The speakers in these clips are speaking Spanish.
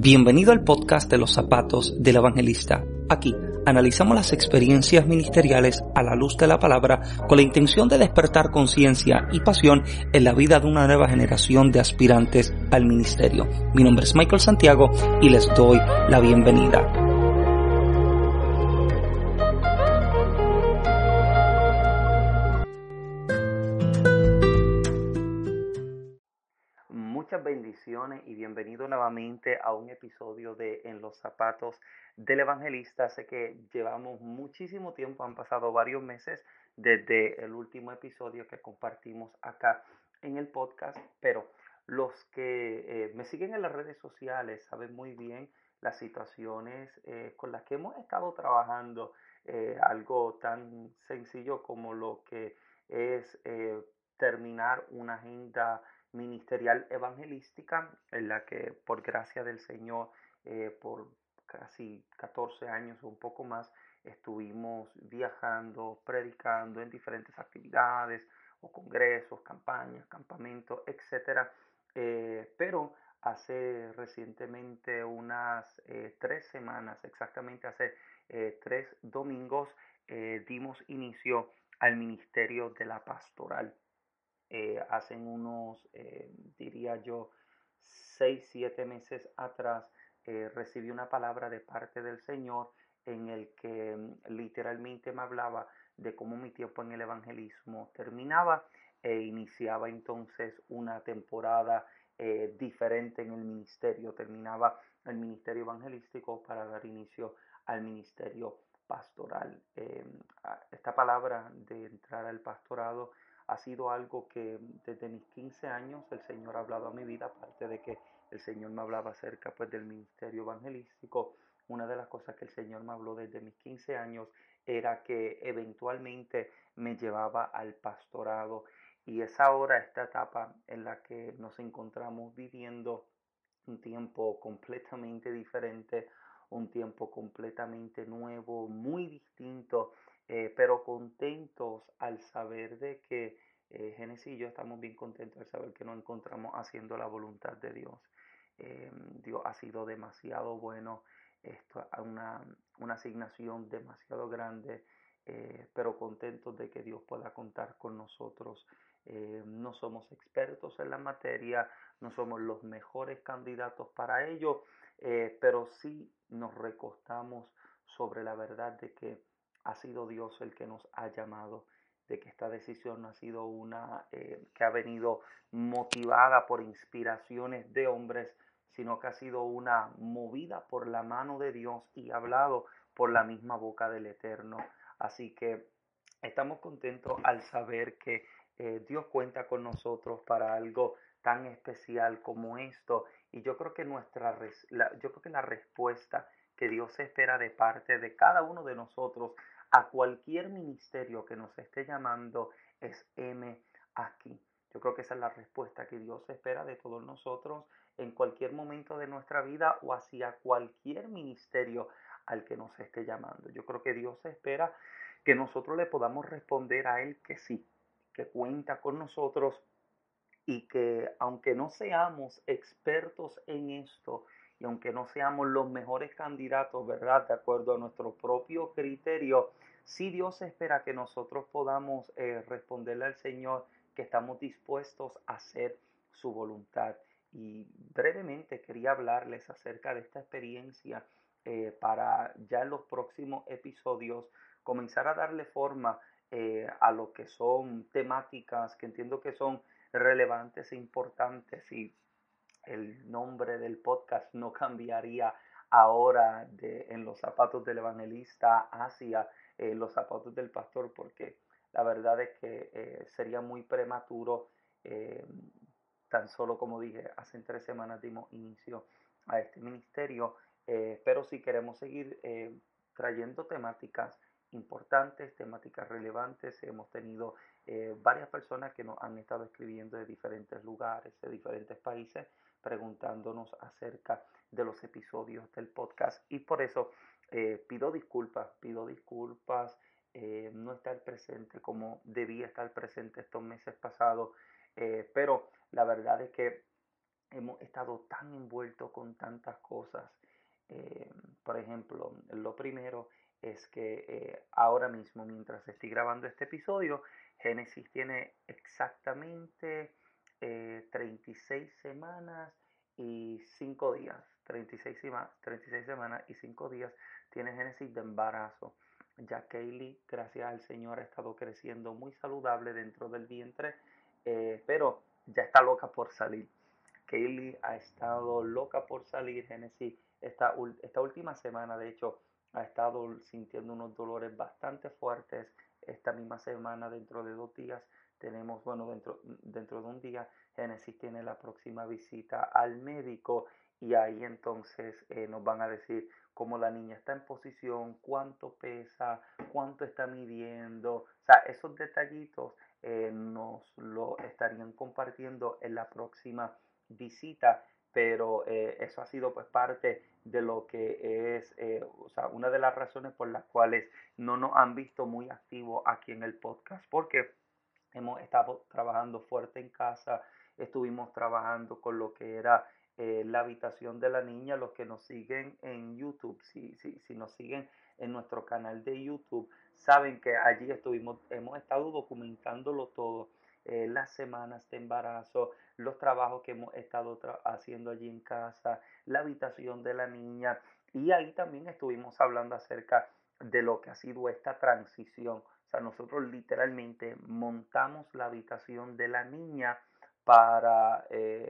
Bienvenido al podcast de los zapatos del evangelista. Aquí analizamos las experiencias ministeriales a la luz de la palabra con la intención de despertar conciencia y pasión en la vida de una nueva generación de aspirantes al ministerio. Mi nombre es Michael Santiago y les doy la bienvenida. Muchas bendiciones y bienvenido nuevamente a un episodio de En los zapatos del evangelista. Sé que llevamos muchísimo tiempo, han pasado varios meses desde el último episodio que compartimos acá en el podcast, pero los que me siguen en las redes sociales saben muy bien las situaciones con las que hemos estado trabajando, algo tan sencillo como lo que es terminar una agenda ministerial evangelística en la que por gracia del Señor por casi 14 años o un poco más estuvimos viajando, predicando en diferentes actividades o congresos, campañas, campamentos, etcétera. Pero hace recientemente unas 3 semanas, exactamente hace 3 domingos, dimos inicio al ministerio de la pastoral. Hacen unos, diría yo, 6, 7 meses atrás, recibí una palabra de parte del Señor en el que literalmente me hablaba de cómo mi tiempo en el evangelismo terminaba e iniciaba entonces una temporada diferente en el ministerio. Terminaba el ministerio evangelístico para dar inicio al ministerio pastoral. Esta palabra de entrar al pastorado ha sido algo que desde mis 15 años el Señor ha hablado a mi vida, aparte de que el Señor me hablaba acerca del ministerio evangelístico. Una de las cosas que el Señor me habló desde mis 15 años era que eventualmente me llevaba al pastorado, y es ahora esta etapa en la que nos encontramos viviendo un tiempo completamente diferente, un tiempo completamente nuevo, muy distinto, pero contentos al saber de que Génesis y yo estamos bien contentos al saber que nos encontramos haciendo la voluntad de Dios. Dios ha sido demasiado bueno, esto es una asignación demasiado grande, pero contentos de que Dios pueda contar con nosotros. No somos expertos en la materia, no somos los mejores candidatos para ello, pero sí nos recostamos sobre la verdad de que ha sido Dios el que nos ha llamado, de que esta decisión no ha sido una que ha venido motivada por inspiraciones de hombres, sino que ha sido una movida por la mano de Dios y hablado por la misma boca del Eterno. Así que estamos contentos al saber que Dios cuenta con nosotros para algo tan especial como esto, y yo creo que yo creo que la respuesta que Dios espera de parte de cada uno de nosotros a cualquier ministerio que nos esté llamando es heme aquí. Yo creo que esa es la respuesta que Dios espera de todos nosotros en cualquier momento de nuestra vida o hacia cualquier ministerio al que nos esté llamando. Yo creo que Dios espera que nosotros le podamos responder a Él que sí, que cuenta con nosotros, y que aunque no seamos expertos en esto y aunque no seamos los mejores candidatos, ¿verdad? De acuerdo a nuestro propio criterio, sí Dios espera que nosotros podamos responderle al Señor que estamos dispuestos a hacer su voluntad. Y brevemente quería hablarles acerca de esta experiencia para ya en los próximos episodios comenzar a darle forma a lo que son temáticas que entiendo que son relevantes e importantes, y el nombre del podcast no cambiaría ahora de En los zapatos del evangelista hacia los zapatos del pastor, porque la verdad es que sería muy prematuro. eh, Tan solo, como dije, hace 3 semanas dimos inicio a este ministerio, pero sí queremos seguir trayendo temáticas importantes, temáticas relevantes. Hemos tenido varias personas que nos han estado escribiendo de diferentes lugares, de diferentes países, preguntándonos acerca de los episodios del podcast, y por eso pido disculpas, no estar presente como debía estar presente estos meses pasados, pero la verdad es que hemos estado tan envueltos con tantas cosas. Eh, por ejemplo, lo primero es que ahora mismo, mientras estoy grabando este episodio, Génesis tiene exactamente 36 semanas y 5 días. 36 semanas y 5 días tiene Génesis de embarazo. Ya Kaylee, gracias al Señor, ha estado creciendo muy saludable dentro del vientre, pero ya está loca por salir. Kaylee ha estado loca por salir. Genesis esta última semana, de hecho, ha estado sintiendo unos dolores bastante fuertes. Esta misma semana, dentro de 2 días, tenemos, bueno, dentro de un día, Genesis tiene la próxima visita al médico y ahí entonces nos van a decir cómo la niña está en posición, cuánto pesa, cuánto está midiendo. O sea, esos detallitos nos lo estarían compartiendo en la próxima visita, pero eso ha sido pues parte de lo que es, o sea, una de las razones por las cuales no nos han visto muy activos aquí en el podcast, porque hemos estado trabajando fuerte en casa, estuvimos trabajando con lo que era la habitación de la niña. Los que nos siguen en YouTube, si nos siguen en nuestro canal de YouTube, saben que allí hemos estado documentándolo todo, las semanas de embarazo, los trabajos que hemos estado haciendo allí en casa, la habitación de la niña, y ahí también estuvimos hablando acerca de lo que ha sido esta transición. O sea, nosotros literalmente montamos la habitación de la niña para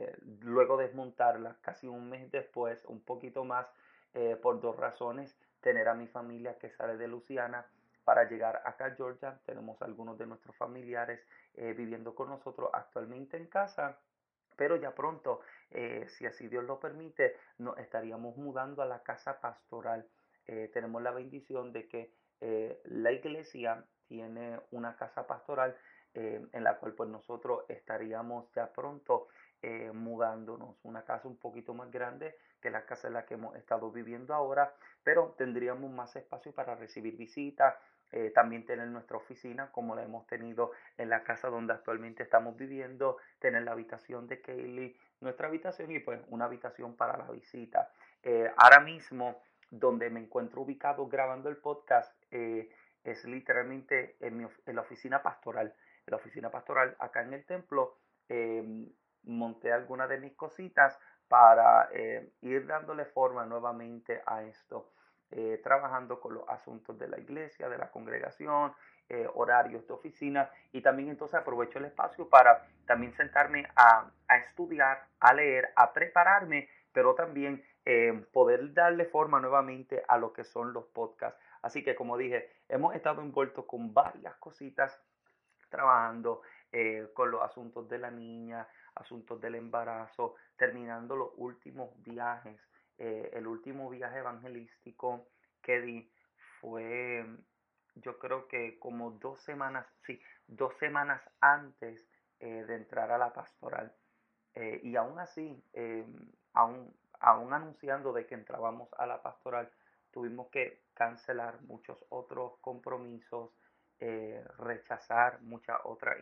luego desmontarla casi un mes después, un poquito más, por dos razones: tener a mi familia que sale de Luisiana para llegar acá a Georgia. Tenemos algunos de nuestros familiares viviendo con nosotros actualmente en casa, pero ya pronto, si así Dios lo permite, nos estaríamos mudando a la casa pastoral. Tenemos la bendición de que la iglesia tiene una casa pastoral en la cual pues nosotros estaríamos ya pronto mudándonos, una casa un poquito más grande que la casa en la que hemos estado viviendo ahora, pero tendríamos más espacio para recibir visitas, también tener nuestra oficina como la hemos tenido en la casa donde actualmente estamos viviendo, tener la habitación de Kaylee, nuestra habitación, y pues una habitación para la visita. Ahora mismo, donde me encuentro ubicado grabando el podcast, es literalmente en la oficina pastoral. En la oficina pastoral acá en el templo, monté algunas de mis cositas para ir dándole forma nuevamente a esto, trabajando con los asuntos de la iglesia, de la congregación, horarios de oficina, y también entonces aprovecho el espacio para también sentarme a estudiar, a leer, a prepararme, pero también poder darle forma nuevamente a lo que son los podcasts. Así que, como dije, hemos estado envueltos con varias cositas, trabajando con los asuntos de la niña, asuntos del embarazo, terminando los últimos viajes. El último viaje evangelístico que di fue, yo creo que como 2 semanas, sí, 2 semanas antes de entrar a la pastoral. Y aún así, aún anunciando de que entrábamos a la pastoral, tuvimos que cancelar muchos otros compromisos, rechazar muchas otras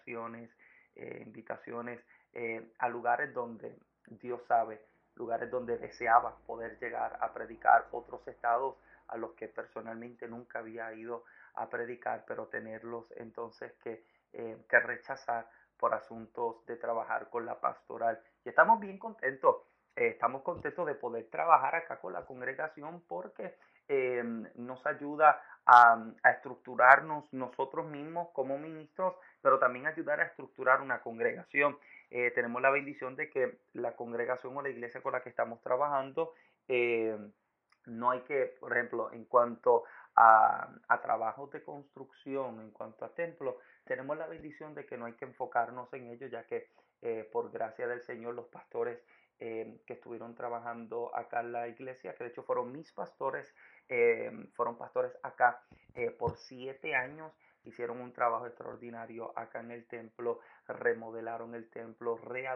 invitaciones a lugares donde Dios sabe, lugares donde deseaba poder llegar a predicar, otros estados a los que personalmente nunca había ido a predicar, pero tenerlos entonces que rechazar por asuntos de trabajar con la pastoral. Y estamos bien contentos, estamos contentos de poder trabajar acá con la congregación, porque nos ayuda a estructurarnos nosotros mismos como ministros, pero también ayudar a estructurar una congregación. Tenemos la bendición de que la congregación o la iglesia con la que estamos trabajando, eh, no hay que, por ejemplo, en cuanto a trabajos de construcción, en cuanto a templos, tenemos la bendición de que no hay que enfocarnos en ello, ya que por gracia del Señor los pastores que estuvieron trabajando acá en la iglesia, que de hecho fueron mis pastores, fueron pastores acá por 7 años, hicieron un trabajo extraordinario acá en el templo, remodelaron el templo,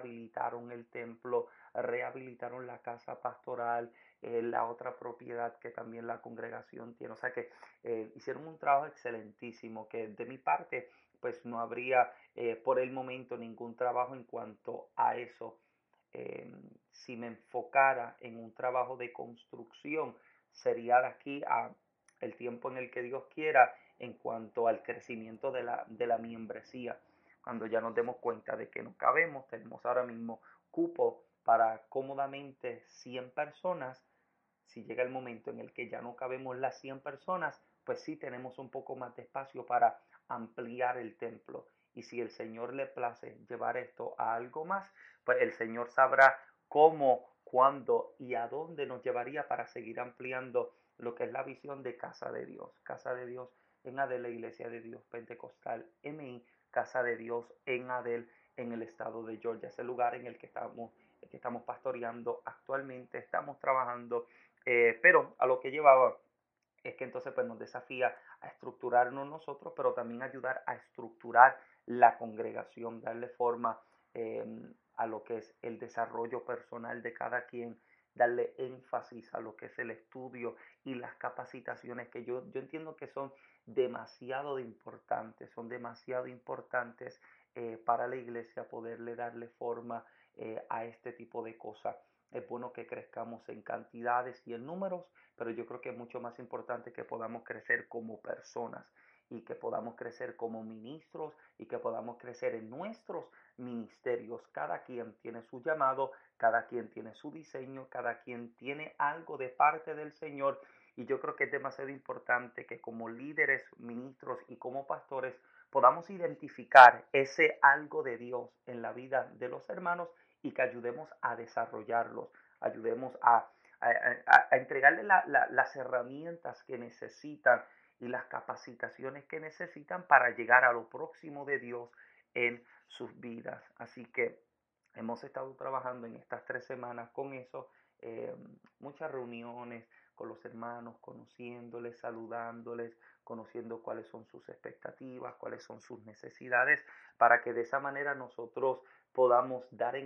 rehabilitaron la casa pastoral, la otra propiedad que también la congregación tiene. O sea que hicieron un trabajo excelentísimo, que de mi parte pues no habría por el momento ningún trabajo en cuanto a eso. eh, si me enfocara en un trabajo de construcción, sería de aquí a el tiempo en el que Dios quiera en cuanto al crecimiento de la membresía. Cuando ya nos demos cuenta de que no cabemos, tenemos ahora mismo cupo para cómodamente 100 personas. Si llega el momento en el que ya no cabemos las 100 personas, pues sí tenemos un poco más de espacio para ampliar el templo. Y si el Señor le place llevar esto a algo más, pues el Señor sabrá cómo, cuándo y a dónde nos llevaría para seguir ampliando lo que es la visión de Casa de Dios. Casa de Dios en Adel, la Iglesia de Dios Pentecostal MI, Casa de Dios en Adel, en el estado de Georgia. Es el lugar en el que estamos pastoreando actualmente, estamos trabajando, pero a lo que llevaba es que entonces pues nos desafía a estructurarnos nosotros, pero también ayudar a estructurar la congregación, darle forma eh, a lo que es el desarrollo personal de cada quien, darle énfasis a lo que es el estudio y las capacitaciones que yo entiendo que son demasiado importantes para la iglesia poderle darle forma a este tipo de cosas. Es bueno que crezcamos en cantidades y en números, pero yo creo que es mucho más importante que podamos crecer como personas y que podamos crecer como ministros y que podamos crecer en nuestros ministerios. Cada quien tiene su llamado, cada quien tiene su diseño, cada quien tiene algo de parte del Señor, y yo creo que es demasiado importante que como líderes, ministros y como pastores podamos identificar ese algo de Dios en la vida de los hermanos y que ayudemos a desarrollarlos, ayudemos a entregarle las herramientas que necesitan y las capacitaciones que necesitan para llegar a lo próximo de Dios en sus vidas. Así que hemos estado trabajando en estas 3 semanas con eso, eh, muchas reuniones con los hermanos, conociéndoles, saludándoles, conociendo cuáles son sus expectativas, cuáles son sus necesidades, para que de esa manera nosotros podamos dar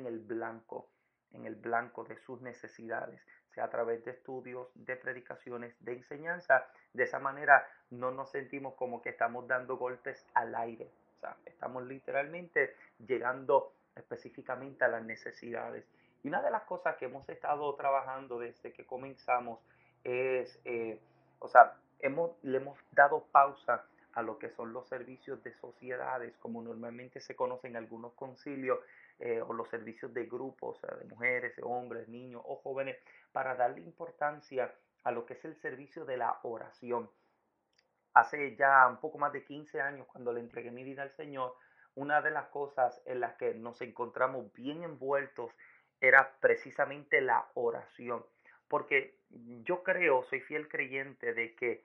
en el blanco de sus necesidades, sea a través de estudios, de predicaciones, de enseñanza. De esa manera no nos sentimos como que estamos dando golpes al aire, o sea, estamos literalmente llegando específicamente a las necesidades. Y una de las cosas que hemos estado trabajando desde que comenzamos es, o sea, le hemos dado pausa a lo que son los servicios de sociedades, como normalmente se conocen algunos concilios, o los servicios de grupos, o sea, de mujeres, de hombres, niños o jóvenes, para darle importancia a lo que es el servicio de la oración. Hace ya un poco más de 15 años, cuando le entregué mi vida al Señor, una de las cosas en las que nos encontramos bien envueltos era precisamente la oración. Porque yo creo, soy fiel creyente de que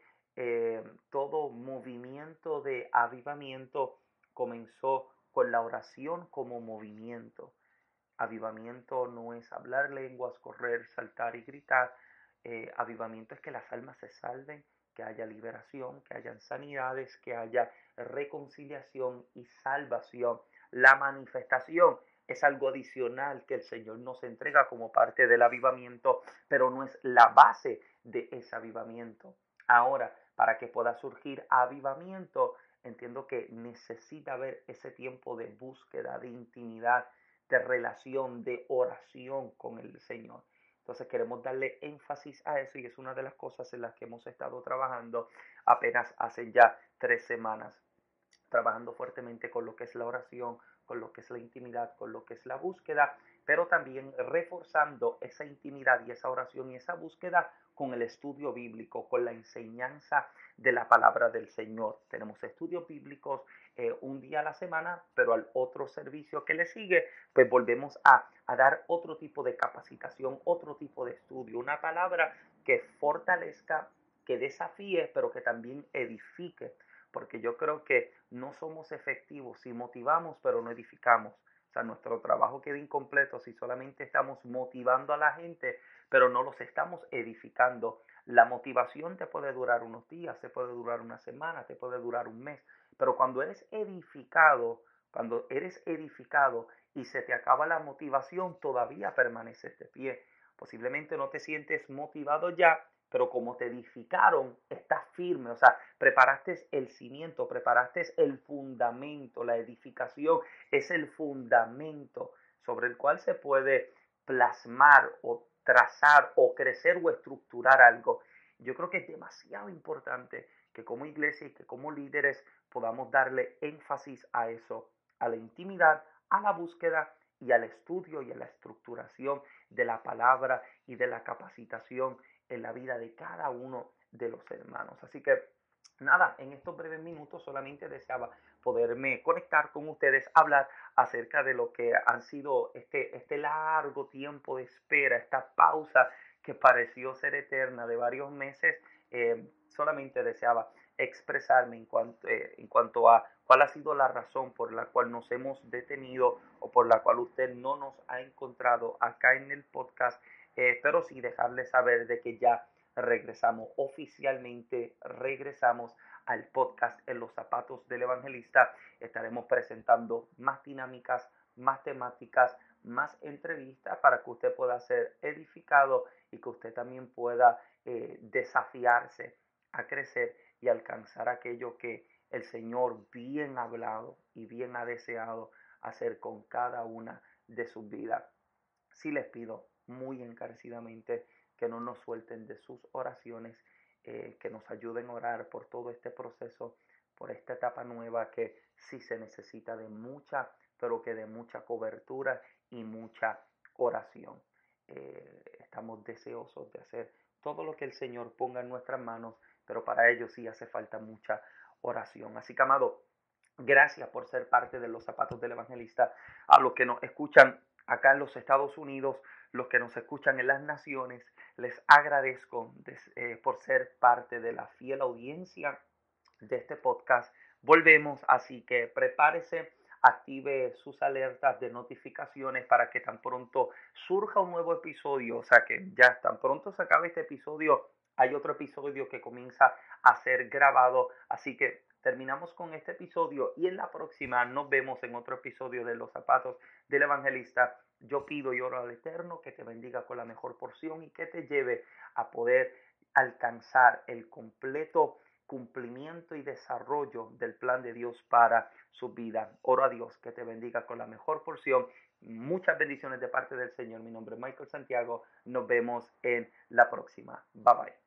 todo movimiento de avivamiento comenzó con la oración como movimiento. Avivamiento no es hablar lenguas, correr, saltar y gritar. Avivamiento es que las almas se salven, que haya liberación, que hayan sanidades, que haya reconciliación y salvación. La manifestación es algo adicional que el Señor nos entrega como parte del avivamiento, pero no es la base de ese avivamiento. Ahora, para que pueda surgir avivamiento, entiendo que necesita haber ese tiempo de búsqueda, de intimidad, de relación, de oración con el Señor. Entonces queremos darle énfasis a eso y es una de las cosas en las que hemos estado trabajando apenas hace ya 3 semanas, trabajando fuertemente con lo que es la oración, con lo que es la intimidad, con lo que es la búsqueda, pero también reforzando esa intimidad y esa oración y esa búsqueda con el estudio bíblico, con la enseñanza de la palabra del Señor. Tenemos estudios bíblicos un día a la semana, pero al otro servicio que le sigue, pues volvemos a dar otro tipo de capacitación, otro tipo de estudio, una palabra que fortalezca, que desafíe, pero que también edifique, porque yo creo que no somos efectivos si motivamos pero no edificamos. O sea, nuestro trabajo queda incompleto si solamente estamos motivando a la gente, pero no los estamos edificando. La motivación te puede durar unos días, te puede durar una semana, te puede durar un mes, pero cuando eres edificado y se te acaba la motivación, todavía permaneces de pie. Posiblemente no te sientes motivado ya, pero como te edificaron, estás firme, o sea, preparaste el cimiento, preparaste el fundamento. La edificación es el fundamento sobre el cual se puede plasmar o trazar o crecer o estructurar algo. Yo creo que es demasiado importante que como iglesia y que como líderes podamos darle énfasis a eso, a la intimidad, a la búsqueda y al estudio y a la estructuración de la palabra y de la capacitación en la vida de cada uno de los hermanos. Así que nada, en estos breves minutos solamente deseaba poderme conectar con ustedes, hablar acerca de lo que han sido este largo tiempo de espera, esta pausa que pareció ser eterna de varios meses. Solamente deseaba expresarme en cuanto a cuál ha sido la razón por la cual nos hemos detenido o por la cual usted no nos ha encontrado acá en el podcast, pero sí dejarle saber de que ya regresamos oficialmente, regresamos al podcast En los zapatos del evangelista. Estaremos presentando más dinámicas, más temáticas, más entrevistas para que usted pueda ser edificado y que usted también pueda desafiarse a crecer y alcanzar aquello que el Señor bien ha hablado y bien ha deseado hacer con cada una de sus vidas. Sí les pido muy encarecidamente que no nos suelten de sus oraciones, que nos ayuden a orar por todo este proceso, por esta etapa nueva que sí se necesita de mucha, pero que de mucha cobertura y mucha oración. Estamos deseosos de hacer todo lo que el Señor ponga en nuestras manos, pero para ello sí hace falta mucha oración. Así que, amado, gracias por ser parte de los zapatos del evangelista. A los que nos escuchan acá en los Estados Unidos, los que nos escuchan en las naciones, les agradezco por ser parte de la fiel audiencia de este podcast. Volvemos, así que prepárese, active sus alertas de notificaciones para que tan pronto surja un nuevo episodio, o sea que ya tan pronto se acabe este episodio, hay otro episodio que comienza a ser grabado, así que terminamos con este episodio y en la próxima nos vemos en otro episodio de Los Zapatos del Evangelista. Yo pido y oro al Eterno que te bendiga con la mejor porción y que te lleve a poder alcanzar el completo cumplimiento y desarrollo del plan de Dios para su vida. Oro a Dios que te bendiga con la mejor porción. Muchas bendiciones de parte del Señor. Mi nombre es Michael Santiago. Nos vemos en la próxima. Bye bye.